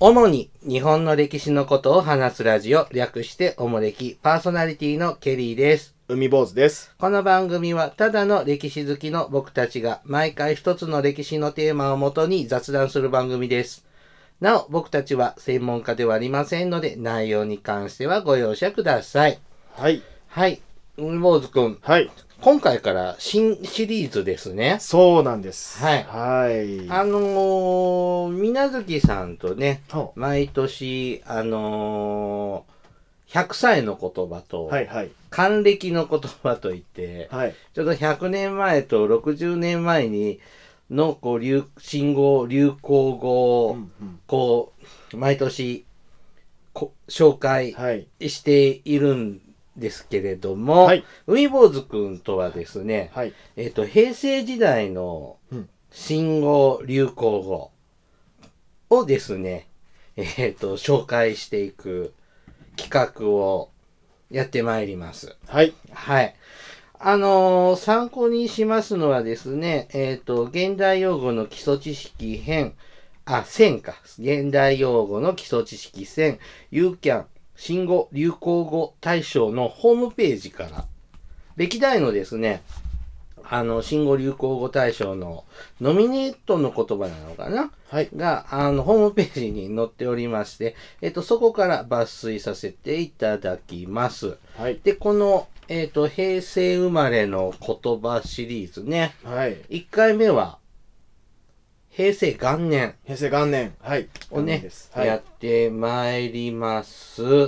主に日本の歴史のことを話すラジオ、略しておもれき、パーソナリティのケリーです。 海坊主です。 この番組はただの歴史好きの僕たちが毎回一つの歴史のテーマをもとに雑談する番組です。なお、僕たちは専門家ではありませんので、内容に関してはご容赦ください。 はい。 はい。海坊主くん。 はい。 今回から新シリーズですね。 そうなんです。 はい。 はい。 水月さんとね、毎年、100歳の言葉と、 はいはい。 還暦の言葉といって、 はい。 ちょっと100年前と60年前にの、新語、流行語を、毎年、紹介しているんですけれども、はい、海坊主くんとはですね、はい、平成時代の新語・流行語をですね、紹介していく企画をやってまいります。 はい。 はい。参考にしますのはですね、現代用語の基礎知識編、1000か。現代用語の基礎知識1000、ユーキャン、新語・流行語大賞のホームページから、歴代のですね、新語・流行語大賞のノミネートの言葉なのかな、はい、が、ホームページに載っておりまして、そこから抜粋させていただきます。はい。で、この、平成生まれの言葉シリーズね。はい。1回目は、平成元年。 平成元年。はい。 をね、はい、やってまいります。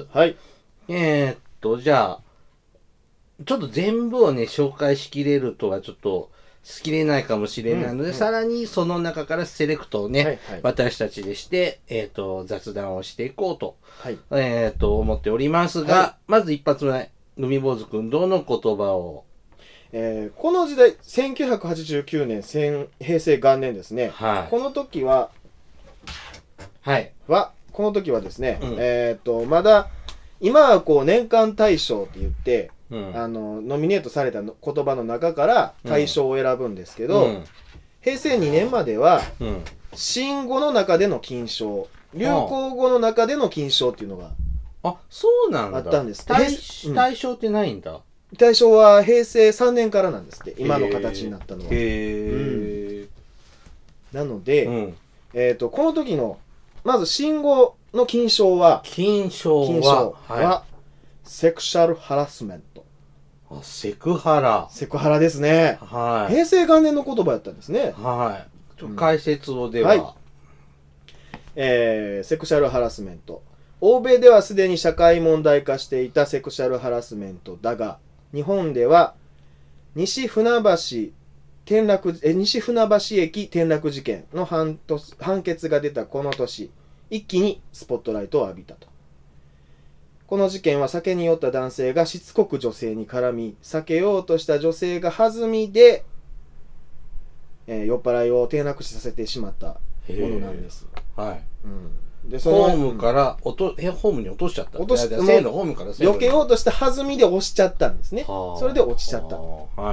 はい。じゃあ、ちょっと全部をね、紹介しきれるとはちょっとしきれないかもしれないので、さらにその中からセレクトをね、はいはい、私たちでして、雑談をしていこうと、はい、思っておりますが、はい、まず一発目、海坊主くん、どの言葉をこの時代、1989年、平成元年ですね。はい、この時は、この時はですね、まだ、今は年間大賞って言って、ノミネートされた言葉の中から大賞を選ぶんですけど、平成2年までは、新語の中での金賞、流行語の中での金賞っていうのがそうなんだ。 あったんです。 大賞ってないんだ。 大賞は平成3年からなんですって、今の形になったのは。なので、この時の、まず新語の金賞は、セクシャルハラスメント。 セクハラ。 セクハラですね。はい。平成元年の言葉やったんですね。 はい。解説をでは。はい。 セクシャルハラスメント。欧米ではすでに社会問題化していたセクシャルハラスメントだが、日本では西船橋駅転落事件の判決が出たこの年、一気にスポットライトを浴びたと。この事件は酒に酔った男性がしつこく女性に絡み、避けようとした女性が弾みで、酔っ払いを転落死させてしまったものなんです。はい。 でホームからホームに落としちゃった。線のホームから避けようとした弾みで押しちゃったんですね。それで落ちちゃった。はい。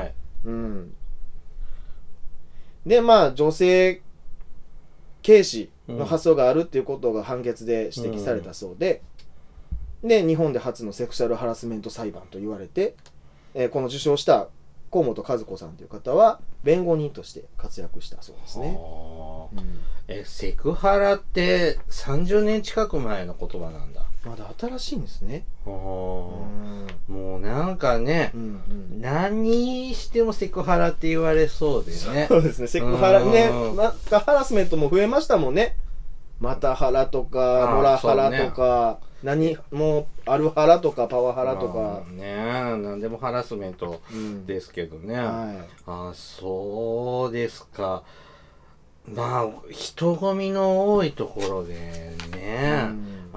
で、女性軽視の発想があるっていうことが判決で指摘されたそうで、で、日本で初のセクシャルハラスメント裁判と言われて、この受賞した河本和子さんという方は弁護人として活躍したそうですね。 セクハラって30年近く前の言葉なんだ。 まだ新しいんですね。 もうなんかね、何してもセクハラって言われそうでね。 そうですね、セクハラね、ハラスメントも増えましたもんね。マタハラとかモラハラとか、何もアルハラとかパワハラとか何でもハラスメントですけどね。そうですか。人混みの多いところでね、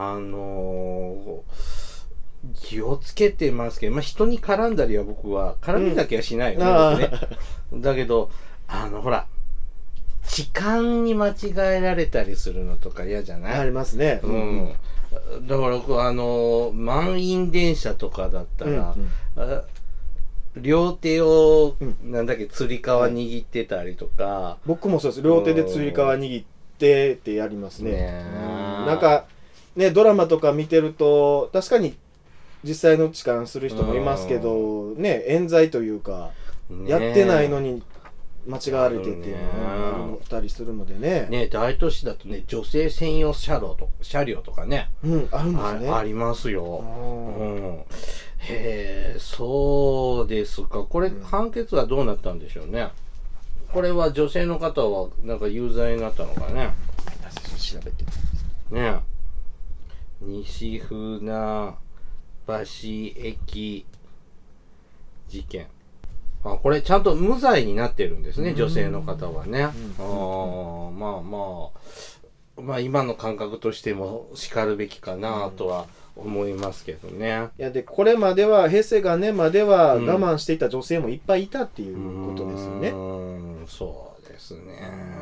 気をつけてますけど、人に絡んだりは僕は絡みだけはしないよね。だけどほら。時間に間違えられたりするのとか嫌じゃない？ ありますね。 だから満員電車とかだったら、両手をつり革握ってたりとか、 僕もそうです。両手でつり革握ってってやりますね。 なんかねドラマとか見てると確かに実際の痴漢する人もいますけどね冤罪というか、やってないのに間違われてっていうのがあったりするのでね。 ね、大都市だとね女性専用車両とかね、 あるんですね。 ありますよ。へえ、そうですか。これ、判決はどうなったんでしょうね。これは女性の方はなんか有罪になったのかね。 調べてね。西船橋駅事件。これちゃんと無罪になってるんですね、女性の方はね。まあ今の感覚としても叱るべきかなとは思いますけどね。 いやでこれまでは平成元年までは我慢していた女性もいっぱいいたっていうことですよね。 そうですね。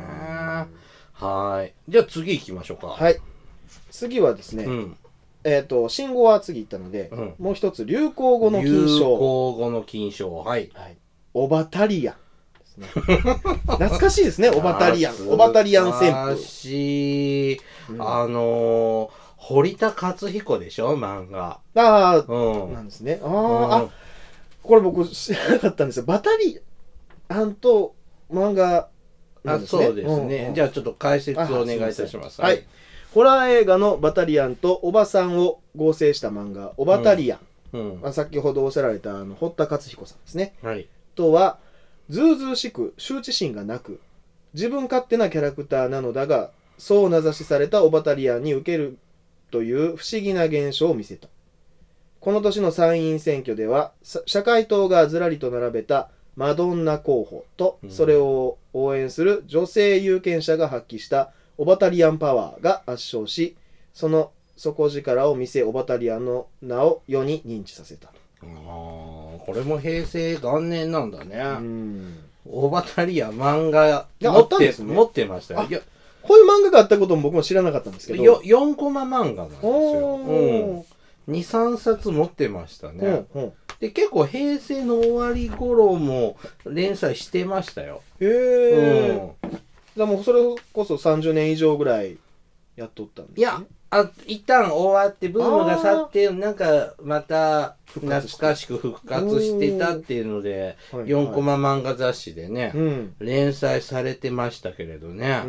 はい。じゃあ次行きましょうか。 はい。次はですね、信号は次行ったので、もう一つ流行語の金賞。 流行語の金賞。はい。 オバタリアンですね。懐かしいですね、オバタリアン。オバタリアン旋風。 懐かしい。堀田勝彦でしょ、漫画。 なんですね。これ僕知らなかったんですよ。バタリアンと漫画なんですね。 そうですね。じゃあちょっと解説をお願いいたします。 はい。ホラー映画のバタリアンとおばさんを合成した漫画、オバタリアン。先ほどおっしゃられた堀田勝彦さんですね。とは、ずうずうしく羞恥心がなく、自分勝手なキャラクターなのだが、そう名指しされたオバタリアンに受けるという不思議な現象を見せた。この年の参院選挙では、社会党がずらりと並べたマドンナ候補と、それを応援する女性有権者が発揮したオバタリアンパワーが圧勝し、その底力を見せ、オバタリアンの名を世に認知させた。 これも平成元年なんだね。オバタリアン漫画持ってましたよ。 こういう漫画があったことも僕も知らなかったんですけど。 4コマ漫画なんですよ。2、3冊持ってましたね。で、結構平成の終わり頃も連載してましたよ。 でもそれこそ30年以上ぐらいやっとったんですね。 いや、一旦終わってブームが去ってなんかまた懐かしく復活してたっていうので4コマ漫画雑誌でね、連載されてましたけれどね、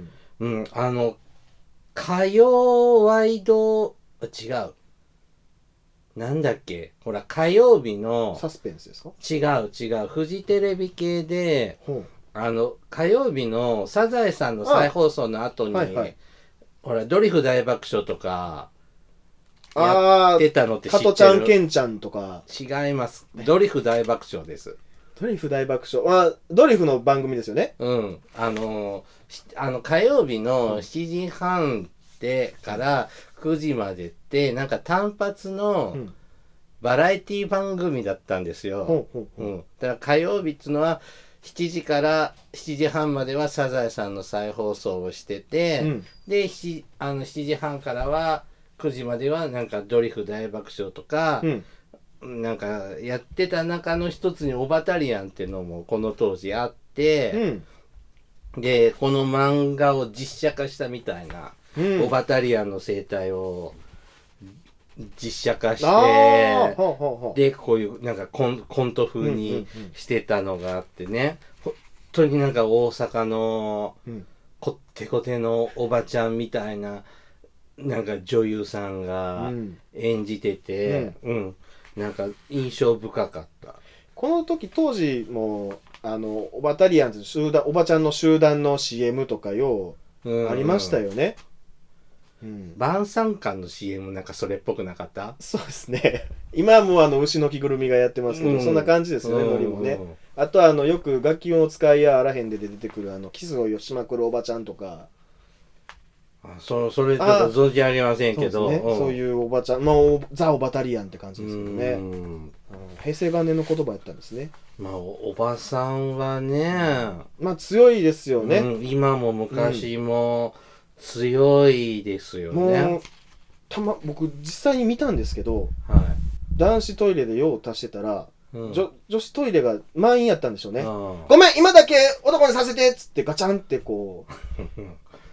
火曜ワイド違うなんだっけ、ほら火曜日のサスペンスですか？ 違うフジテレビ系で火曜日のサザエさんの再放送の後にほらドリフ大爆笑とかやってたのって知ってる？ 加トちゃんケンちゃんとか。 違います。ドリフ大爆笑です。 ドリフ大爆笑ドリフの番組ですよね。 火曜日の7時半でから9時までってなんか単発のバラエティ番組だったんですよ。だから火曜日っていうのは7時から7時半まではサザエさんの再放送をしてて、で7時半からは9時まではなんかドリフ大爆笑とか、なんかやってた中の一つにオバタリアンっていうのもこの当時あって、でこの漫画を実写化したみたいな、オバタリアンの生態を実写化してでこういうなんかコント風にしてたのがあってね、本当になんか大阪のこってこてのおばちゃんみたいななんか女優さんが演じてて、なんか印象深かった。 この時当時もオバタリアンズおばちゃんの集団の CM とかようありましたよね。 晩餐館の CM なんかそれっぽくなかった？ そうですね。今はもう牛の着ぐるみがやってますけど、そんな感じですよね、ノリもね。あとよく楽器を使いやあらへんで出てくるキスをしまくるおばちゃんとか。 それちょっと存じ上げませんけど、 そういうおばちゃんザ・オバタリアンって感じですけどね。平成元年の言葉やったんですね。 おばさんはね、 強いですよね。 今も昔も強いですよね。 僕実際に見たんですけど、男子トイレで用を足してたら、女子トイレが満員やったんでしょうね。ごめん今だけ男にさせてっつってガチャンってこう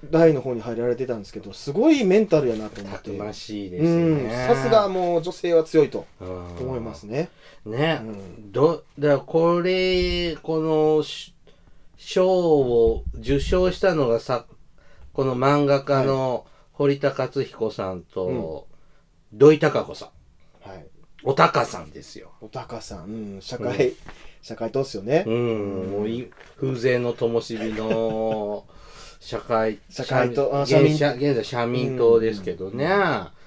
代の方に入られてたんですけど、すごいメンタルやなと思って。 たくましいですね。 さすがもう女性は強いとうん思いますね。 ね、 うんだからこの賞を受賞したのがこの漫画家の堀田勝彦さんと、土井孝子さん。 はい。 おたかさんですよ。 おたかさん、社会党ですよね。 もう風情の灯火の社会党、 現在社民党ですけどね。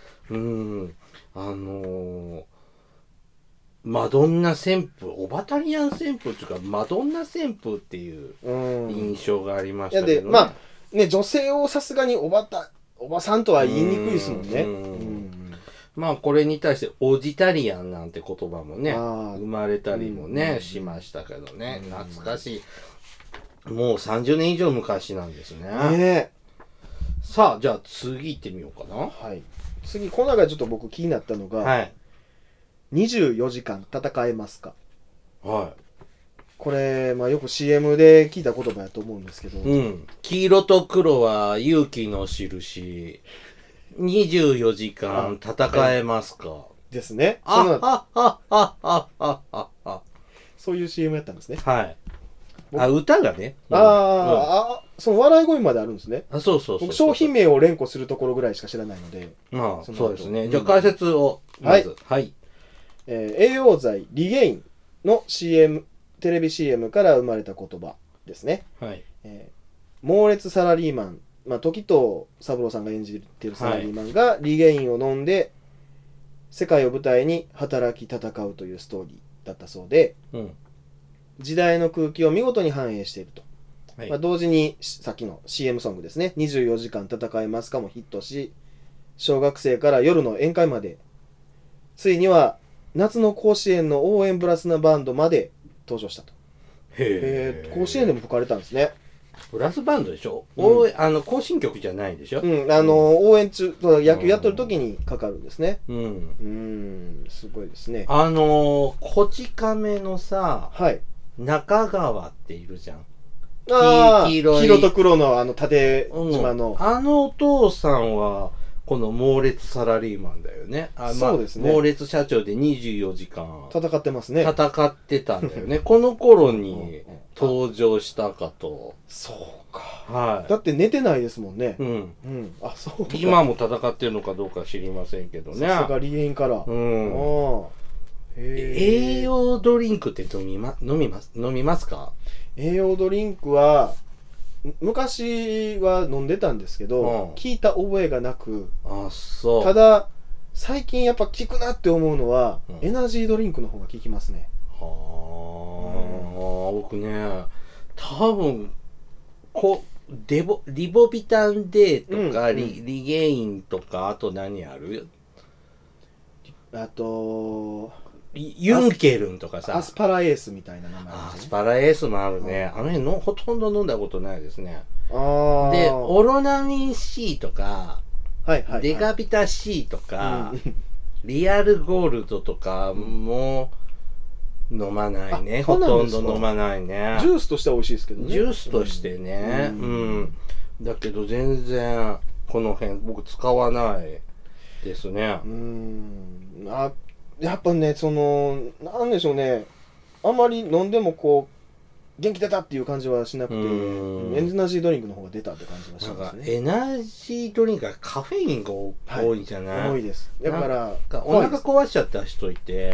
マドンナ旋風、オバタリアン旋風っていうか、マドンナ旋風っていう印象がありましたけどね。 まあね、女性をさすがにおばさんとは言いにくいですもんね。 まあこれに対してオジタリアンなんて言葉もね生まれたりもねしましたけどね、懐かしい。もう30年以上昔なんですね。さあじゃあ次行ってみようかな。 はい。次この中でちょっと僕気になったのが、はい、24時間戦えますか。 はい。 これ、まあ、よく CM で聞いた言葉やと思うんですけど、 黄色と黒は勇気の印。24時間戦えますか。 ですね。そういう CM やったんですね。 はい。歌がね。 その笑い声まであるんですね。 そう。 僕商品名を連呼するところぐらいしか知らないので。 まあ、そうですね。じゃあ解説をまず。はい。 栄養剤リゲインの CM、テレビ CM から生まれた言葉ですね。 はい。 猛烈サラリーマン、まあ、時藤三郎さんが演じているサラリーマンがリゲインを飲んで世界を舞台に働き戦うというストーリーだったそうで、時代の空気を見事に反映していると、まあ、同時にさっきの CM ソングですね、24時間戦えますかもヒットし、小学生から夜の宴会まで、ついには夏の甲子園の応援ブラスなバンドまで登場したと。甲子園でも吹かれたんですね。 ブラスバンドでしょ、行進曲じゃないでしょ、 応援中、野球やってる時にかかるんですね。すごいですね。 こち亀のさ、中川っているじゃん。 黄色と黒の縦縞の。 お父さんは、この猛烈サラリーマンだよね。 そうですね。 猛烈社長で24時間。 戦ってますね。 戦ってたんだよね。この頃に登場したかと。 そうか。 はい。 だって寝てないですもんね。 そうか。今も戦ってるのかどうか知りませんけどね。 さすがリゲインから。 栄養ドリンクって飲みますか？ 栄養ドリンクは、昔は飲んでたんですけど、聞いた覚えがなく、ただ最近やっぱ効くなって思うのは、エナジードリンクの方が効きますね。 僕ね、多分リボビタン D とか、リゲインとか、あと何ある？ あとユンケルンとかさ、 アスパラエースみたいな名前、 アスパラエースもあるね。あの辺ほとんど飲んだことないですね。でオロナミン C とか、デガビタ C とか、リアルゴールドとかも飲まないね。ほとんど飲まないね。 ジュースとしては美味しいですけどね。 ジュースとしてね。だけど全然この辺僕使わないですね。 やっぱね、なんでしょうね、あまり飲んでもこう元気出たっていう感じはしなくて、エナジードリンクの方が出たって感じがしますね。 エナジードリンクはカフェインが多いじゃない？ 多いです。だからお腹壊しちゃった人いて、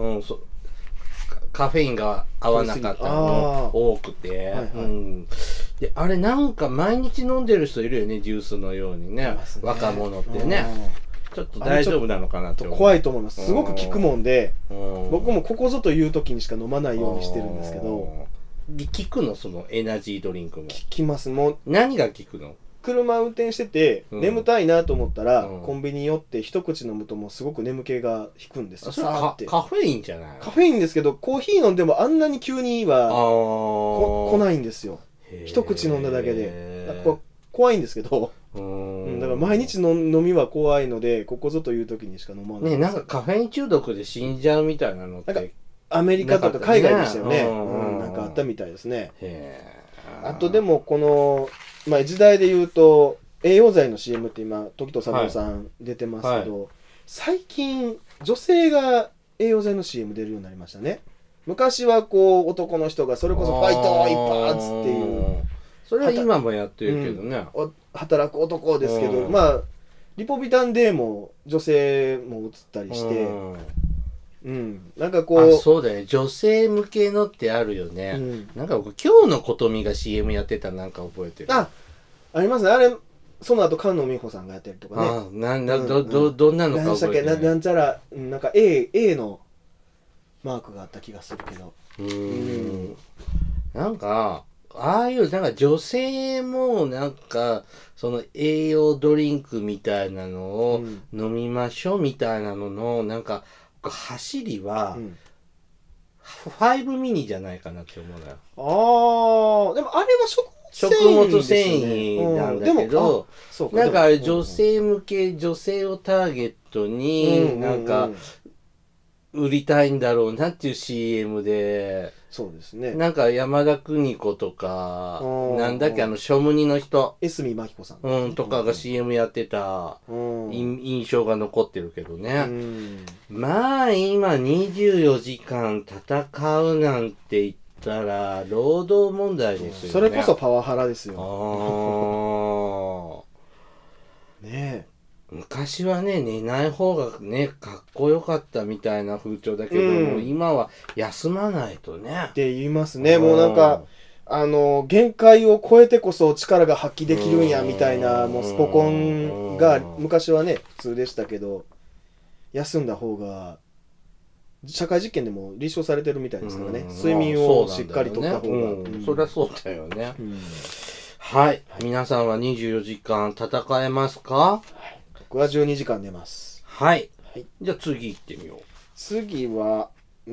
カフェインが合わなかったのも多くて、であれなんか毎日飲んでる人いるよね、ジュースのようにね、若者ってね。ちょっと大丈夫なのかなって怖いと思います。すごく効くもんで、僕もここぞという時にしか飲まないようにしてるんですけど。 で効くの、そのエナジードリンクも？効きます。もう何が効くの？ 車運転してて眠たいなと思ったら、コンビニに寄って一口飲むともうすごく眠気が引くんですよ。 カフェインじゃない？ カフェインですけど、コーヒー飲んでもあんなに急には来ないんですよ。一口飲んだだけで。怖いんですけど。だから毎日の飲みは怖いので、ここぞという時にしか飲まない。 ね、なんかカフェイン中毒で死んじゃうみたいなのってアメリカとか海外でしたよね。なんかあったみたいですね。あとでもこのまあ、時代で言うと栄養剤の CM って今時藤三郎さん出てますけど、最近女性が栄養剤の CM 出るようになりましたね。昔はこう男の人がそれこそファイト一発っていうそれは今もやってるけどね、 働く男ですけど、まあリポビタン D も女性も映ったりして、なんかこうそうだね、女性向けのってあるよね、なんか僕今日のことみが CM やってたなんか覚えてる。 ありますね。あれその後菅野美穂さんがやってるとかね。 どんなのか覚えてない。 なんちゃらなんか A のマークがあった気がするけど、 なんかああいうなんか女性もなんかその栄養ドリンクみたいなのを飲みましょうみたいなののなんか走りは5ミニじゃないかなって思うのよ。 でもあれは食物繊維なんだけど、なんか女性向け、女性をターゲットになんか売りたいんだろうなっていう CM で、 そうですね。 なんか山田邦子とか、なんだっけショムニの人、 江角真紀子さん、 とかが CM やってた印象が残ってるけどね。まあ今24時間戦うなんて言ったら労働問題ですよね。 それこそパワハラですよ。ねえ。 昔はね、寝ない方がね、かっこよかったみたいな風潮だけども、今は休まないとね。 って言いますね。もうなんか、限界を超えてこそ力が発揮できるんやみたいな、もうスポコンが昔はね、普通でしたけど、休んだ方が、社会実験でも立証されてるみたいですからね。睡眠をしっかりとった方が。 そりゃそうだよね。はい。皆さんは24時間戦えますか？ 僕は12時間寝ます。 はい。じゃあ次行ってみよう。 次は、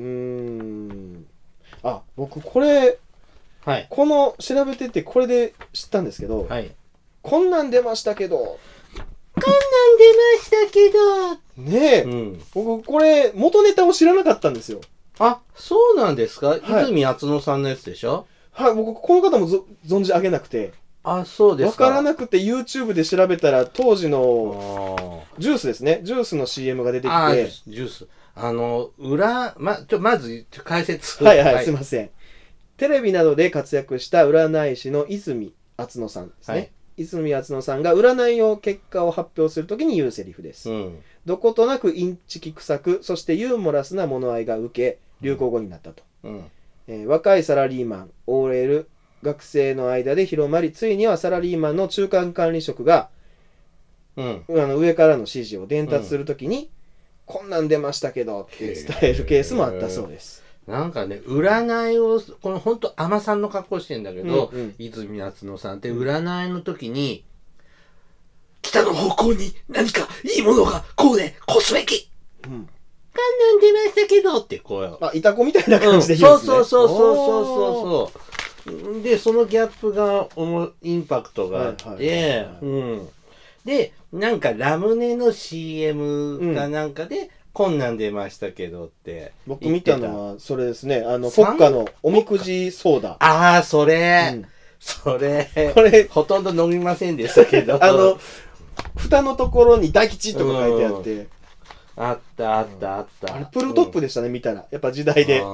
僕これ、この調べててこれで知ったんですけど、こんなん出ましたけど、こんなん出ましたけど、 ねえ、僕これ元ネタを知らなかったんですよ。 あ、そうなんですか？泉敦乃さんのやつでしょ？ はい、僕この方も存じ上げなくて。 あ、そうですか。 わからなくて YouTube で調べたら当時のジュースですね。ジュースの CM が出てきて。 ジュース。まず解説。 はい、すいません。テレビなどで活躍した占い師の泉敦乃さんですね。泉敦乃さんが占い結果を発表するときに言うセリフです。どことなくインチキ臭く、そしてユーモラスな物合いが受け、流行語になったと。若いサラリーマン、OL、学生の間で広まり、ついにはサラリーマンの中間管理職が、上からの指示を伝達するときに、こんなん出ましたけどって伝えるケースもあったそうです。 なんかね、占いを、この本当海女さんの格好してんだけど、泉敦乃さんって占いの時に、北の方向に何かいいものがこうでこうすべき、こんなん出ましたけどってこう。 イタコみたいな感じで言うんですね。 そう。で、そのギャップがインパクトがあって、で、なんかラムネの CM かなんかで、こんなん出ましたけどって。 僕見たのはそれですね。フォッカのおみくじソーダ。 ああ、それ。これ、ほとんど飲みませんでしたけど。 蓋のところに大吉とか書いてあって。 あった。あれ、プルトップでしたね、見たら。やっぱ時代で。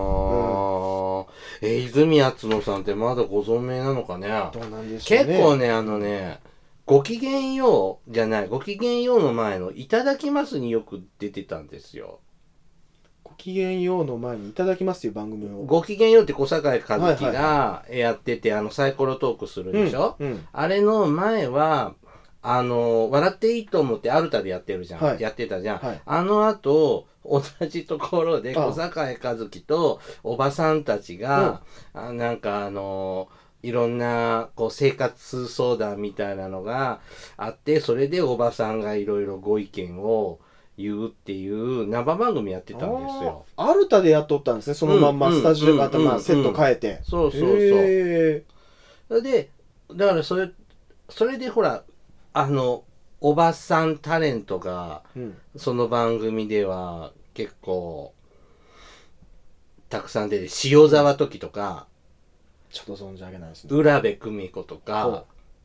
泉敦乃さんってまだご存命なのかね。 どうなんでしょうね。 結構ね、ごきげんようじゃない、ごきげんようの前のいただきますによく出てたんですよ。 ごきげんようの前にいただきますという番組を。 ごきげんようって小堺一樹がやってて、サイコロトークするでしょ、あれの前は、笑っていいと思ってアルタでやってるじゃん。やってたじゃん。あの後、同じところで小堺一樹とおばさんたちが、なんかいろんなこう生活相談みたいなのがあって、それでおばさんがいろいろご意見を言うっていう生番組やってたんですよ。 アルタでやっとったんですね。そのまんまスタジオがセット変えて。 そう。それで、だからそれでほら、おばさんタレントが、その番組では結構たくさん出て、塩沢時とか、 ちょっと存じ上げないですね。 浦部久美子とか、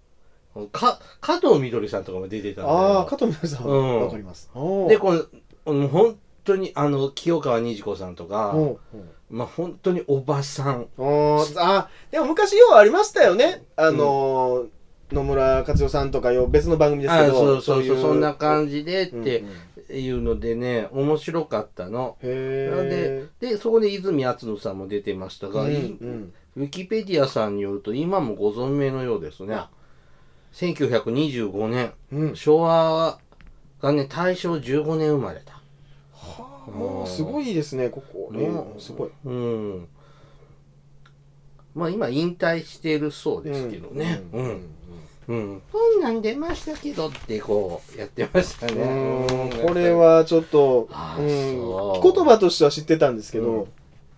加藤みどりさんとかも出てたんだよ。 ああ、加藤みどりさん、わかります。 で、この、本当に、清川虹子さんとか、まあ、本当におばさん。 でも昔ようありましたよね。野村克代さんとかよ、別の番組ですけど。 そう、そんな感じでっていうのでね、面白かったの。で、そこで泉敦乃さんも出てましたが、ウィキペディアさんによると、今もご存命のようですね。1925年、昭和がね、大正15年生まれだ。 もうすごいですね、ここ。すごい。 まあ今引退しているそうですけどね。こんなん出ましたけどってこうやってましたね。 これはちょっと、言葉としては知ってたんですけど。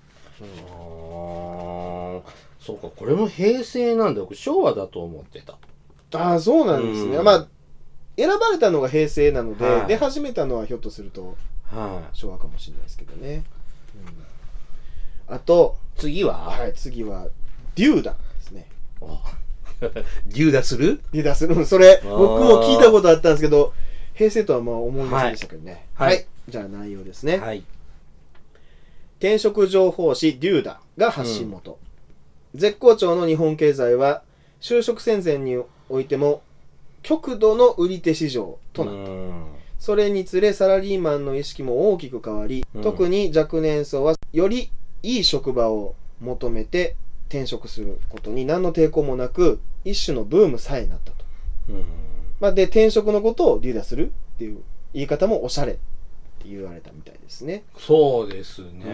そうか、これも平成なんだ。昭和だと思ってた。 そうなんですね。まあ、選ばれたのが平成なので、出始めたのはひょっとすると昭和かもしれないですけどね。あと、 次はデューダですね。 デューダする？ デューダする。それ、僕も聞いたことあったんですけど、平成とはまあ思いませんでしたけどね。じゃあ内容ですね。転職情報誌デューダが発信元。絶好調の日本経済は、就職戦線においても、極度の売り手市場となった。それにつれサラリーマンの意識も大きく変わり、特に若年層はよりいい職場を求めて転職することに何の抵抗もなく一種のブームさえなったと。で転職のことをデューダするっていう言い方もおしゃれって言われたみたいですね。 そうですね。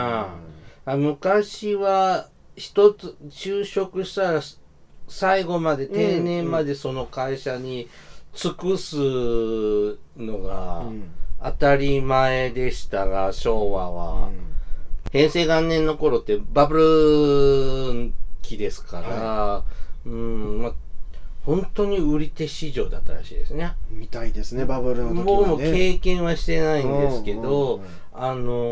昔は一つ就職したら最後まで定年までその会社に尽くすのが当たり前でしたが、昭和は。平成元年の頃ってバブル期ですから、本当に売り手市場だったらしいですね。 みたいですね、バブルの時はね。 僕も経験はしてないんですけど、囲い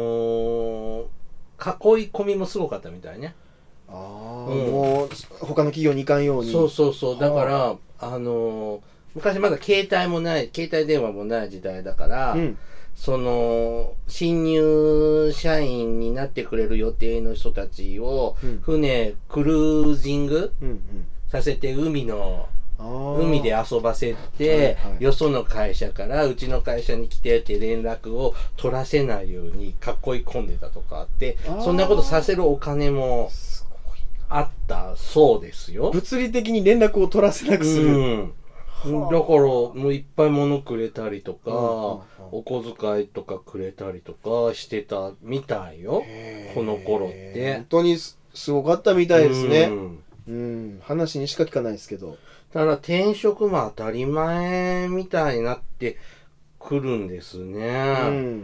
込みもすごかったみたいね。 もう他の企業に行かんように。 そうだから昔まだ携帯電話もない時代だから、その新入社員になってくれる予定の人たちを船クルージングさせて海で遊ばせて、よその会社からうちの会社に来てって連絡を取らせないように囲い込んでたとかあって、そんなことさせるお金もあったそうですよ。 物理的に連絡を取らせなくする。 だからもういっぱい物くれたりとか、お小遣いとかくれたりとかしてたみたいよ、この頃って。 本当にすごかったみたいですね。話にしか聞かないですけど。 だから転職も当たり前みたいになってくるんですね。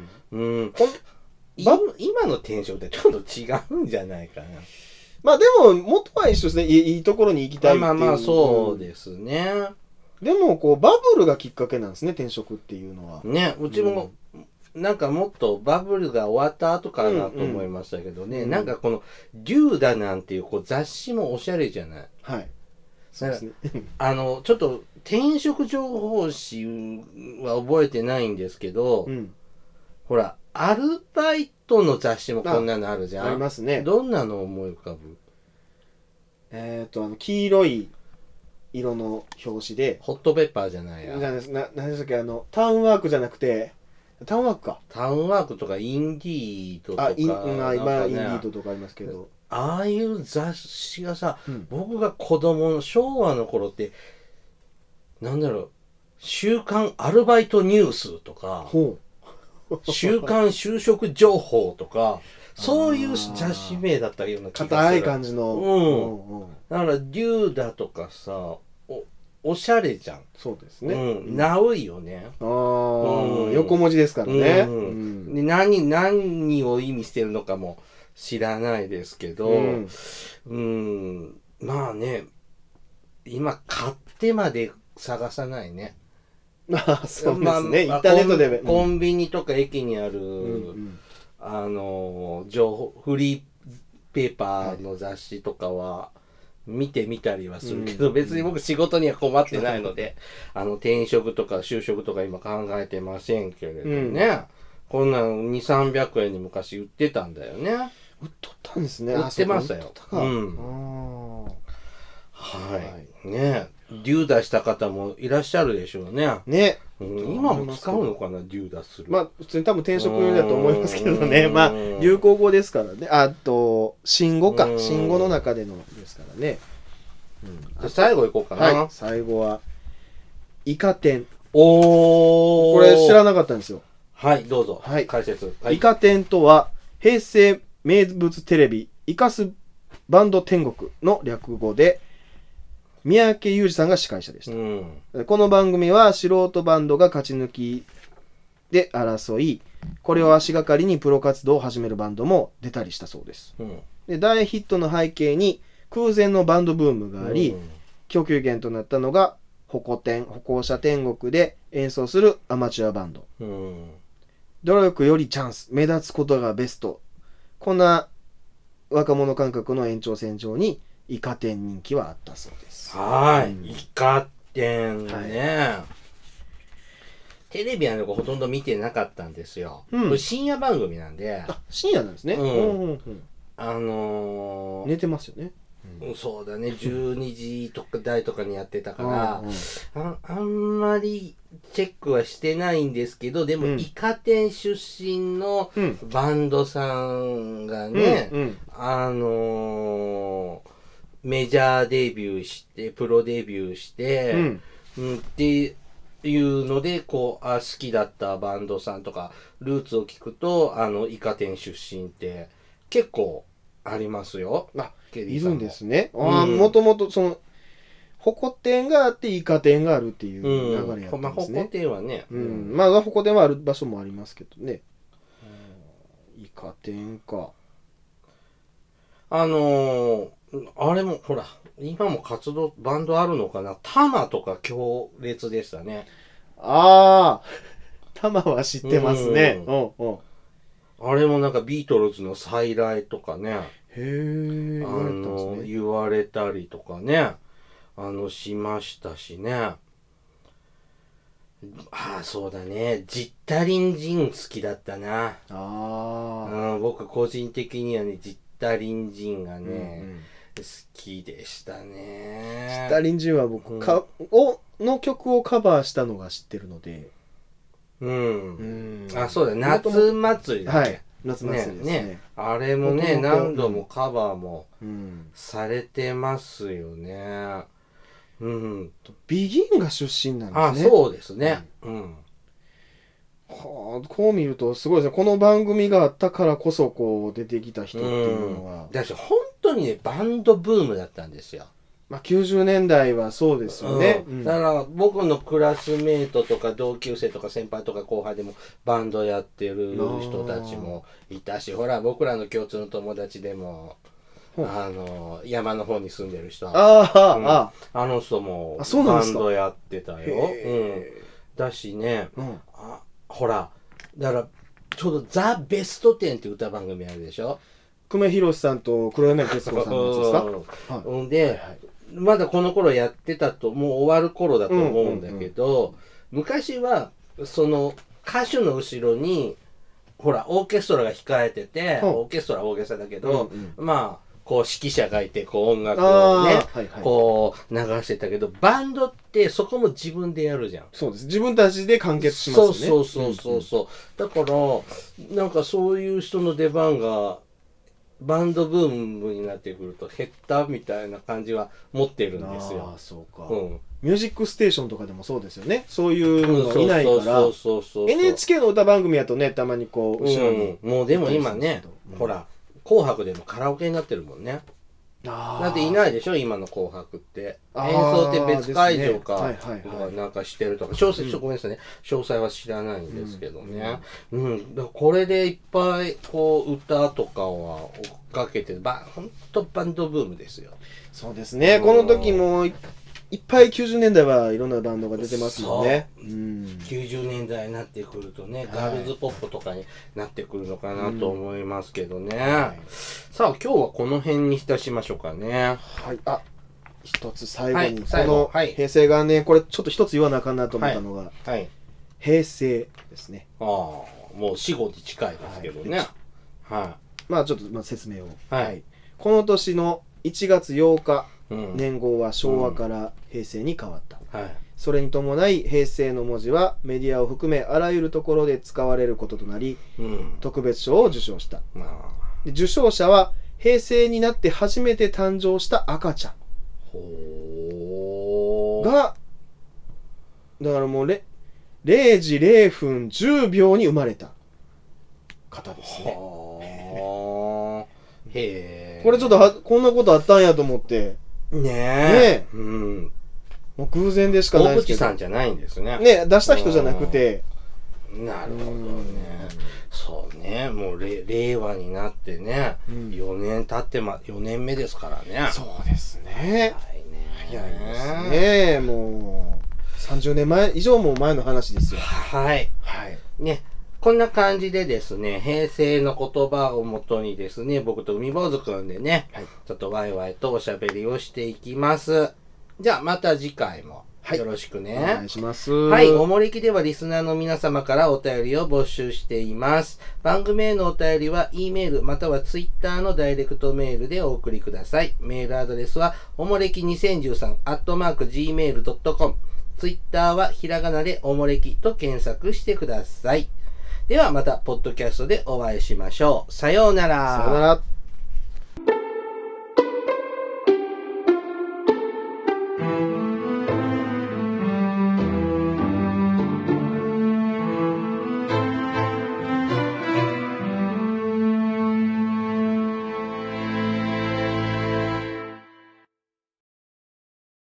今の転職ってちょっと違うんじゃないかな。 まあでも元は一緒ですね。いいところに行きたいっていう。 まあそうですね。 でもこうバブルがきっかけなんですね、転職っていうのは。 ね、うちもなんかもっとバブルが終わった後かなと思いましたけどね、なんかこのデューダなんていう雑誌もおしゃれじゃない。そうですね。ちょっと転職情報誌は覚えてないんですけど、ほらアルバイトの雑誌もこんなのあるじゃん。 ありますね。 どんなの思い浮かぶ？ 黄色い色の表紙でホットペッパーじゃないや。 何でしたっけ、タウンワークじゃなくて、タウンワークか。 タウンワークとかインディードとか、 今インディードとかありますけど、 ああいう雑誌がさ、僕が子供の昭和の頃ってなんだろう、週刊アルバイトニュースとか週刊就職情報とかそういう雑誌名だったような気がする。 硬い感じの。 だからデューダとかさ、おしゃれじゃん。 そうですね。 ナウいよね。 横文字ですからね。 何を意味してるのかも知らないですけど、まあね、今買ってまで探さないね。 そうですね。インターネットでコンビニとか駅にある情報フリーペーパーの雑誌とかは見てみたりはするけど、別に僕仕事には困ってないので、転職とか就職とか今考えてませんけれどね。こんなの2、300円に昔売ってたんだよね。 売っとったんですね。 売ってましたよ。はい。ねデューダした方もいらっしゃるでしょうね。 ね。 今も使うのかな、デューダする。 まあ、普通に多分転職用だと思いますけどね。まあ、流行語ですからね。あと、新語か。新語の中でのですからね。 じゃ最後いこうかな。 はい。最後は、イカ天。 これ知らなかったんですよ。 はい、どうぞ。 はい。 解説。 イカ天とは、平成名物テレビ、イカスバンド天国の略語で、三宅裕司さんが司会者でした。この番組は素人バンドが勝ち抜きで争い、これを足がかりにプロ活動を始めるバンドも出たりしたそうです。で、大ヒットの背景に空前のバンドブームがあり、供給源となったのが歩行者天国で演奏するアマチュアバンド。努力よりチャンス、目立つことがベスト。こんな若者感覚の延長線上にイカ天人気はあったそうです。 イカ天ね。テレビはほとんど見てなかったんですよ。これ深夜番組なんで。 深夜なんですね。寝てますよね。 そうだね、12時とか台とかにやってたから、あんまりチェックはしてないんですけど、でもイカ天出身のバンドさんがね、メジャーデビューして、プロデビューして、っていうので、好きだったバンドさんとか、ルーツを聞くと、イカ天出身って結構ありますよ。 いるんですね。もともとホコ天があってイカ天があるっていう流れやったんですね。 ホコ天はね。 まあホコ天はある場所もありますけどね。イカ天か。 あれもほら、今もバンドあるのかな。タマとか強烈でしたね。 タマは知ってますね。 あれもなんかビートルズの再来とかね。言われたりとかね。しましたしね。そうだね。ジッタリンジン好きだったな。僕個人的にはね、ジッタリンジンがね、好きでしたね。 ジッタリンジンは僕、の曲をカバーしたのが知ってるので。 そうだ、夏祭りだね。 夏祭りですね。 あれもね、何度もカバーもされてますよね。 ビギンが出身なんですね。そうですね。 こう見るとすごいですね。この番組があったからこそ出てきた人っていうのは。 だし本当にね、バンドブームだったんですよ。 90年代はそうですよね。 だから僕のクラスメートとか同級生とか先輩とか後輩でもバンドやってる人たちもいたし、ほら僕らの共通の友達でも山の方に住んでる人あの人もバンドやってたよ。だしね、ほらだからちょうどザ・ベスト10って歌番組あるでしょ。 久米宏さんと黒柳徹子さんのやつですか。 で、まだこの頃やってたと、もう終わる頃だと思うんだけど、昔はその歌手の後ろにほらオーケストラが控えてて、オーケストラは大げさだけど、まあ指揮者がいて音楽をね流してたけど、バンドってそこも自分でやるじゃん。 そうです。自分たちで完結しますよね。 そうだからなんかそういう人の出番がバンドブームになってくると減ったみたいな感じは持ってるんですよ。 そうか。ミュージックステーションとかでもそうですよね。そういうのいないから。NHK の歌番組やとね、たまに後ろに。 もうでも今ね、ほら紅白でもカラオケになってるもんね。だっていないでしょ今の紅白って。演奏って別会場かなんかしてるとか、ごめんなさいね、詳細は知らないんですけどね。だからこれでいっぱい歌とかは追っかけて、ほんとバンドブームですよ。 そうですね。この時もいっぱい90年代はいろんなバンドが出てますよね。 90年代になってくるとね、ガールズポップとかになってくるのかなと思いますけどね。さあ今日はこの辺にいたしましょうかね。 一つ最後に、 はいこ最後の平成元年、これちょっと一つ言わなあかんなと思ったのが、 はい。 平成ですね。 ああ、もう死後に近いですけどね。はまあちょっと説明を。 はいこの年の1月8日、 い。うん。 年号は昭和から平成に変わった。 はい。 それに伴い平成の文字はメディアを含めあらゆるところで使われることとなり、 うん。 特別賞を受賞した。 まあ。 で受賞者は平成になって初めて誕生した赤ちゃほー。 んが、だからもう0時0分10秒に生まれた方ですね。 はー。へー。 これちょっとこんなことあったんやと思って、 ねえ。 ねうん。 もう偶然でしかない大ですけど。 口さんじゃないんですね。 ね、出した人じゃなくて、 なるほどね。そうね。もう令和になってね、 うん 4年経って4年目ですからね。 そうですね。 早いね。 早いですね。もう30年前以上も前の話ですよ。 はい。 はい。 ね。こんな感じでですね、平成の言葉をもとにですね、僕と海坊主くんでね、 はいちょっとワイワイとおしゃべりをしていきます。じゃあまた次回もよろしくね。 お願いします。 はい。おもれきではリスナーの皆様からお便りを募集しています。番組へのお便りは E メールまたは Twitter のダイレクトメールでお送りください。メールアドレスはおもれき2013 @gmail.com。Twitter はひらがなでおもれきと検索してください。ではまたポッドキャストでお会いしましょう。さようなら。 さよなら。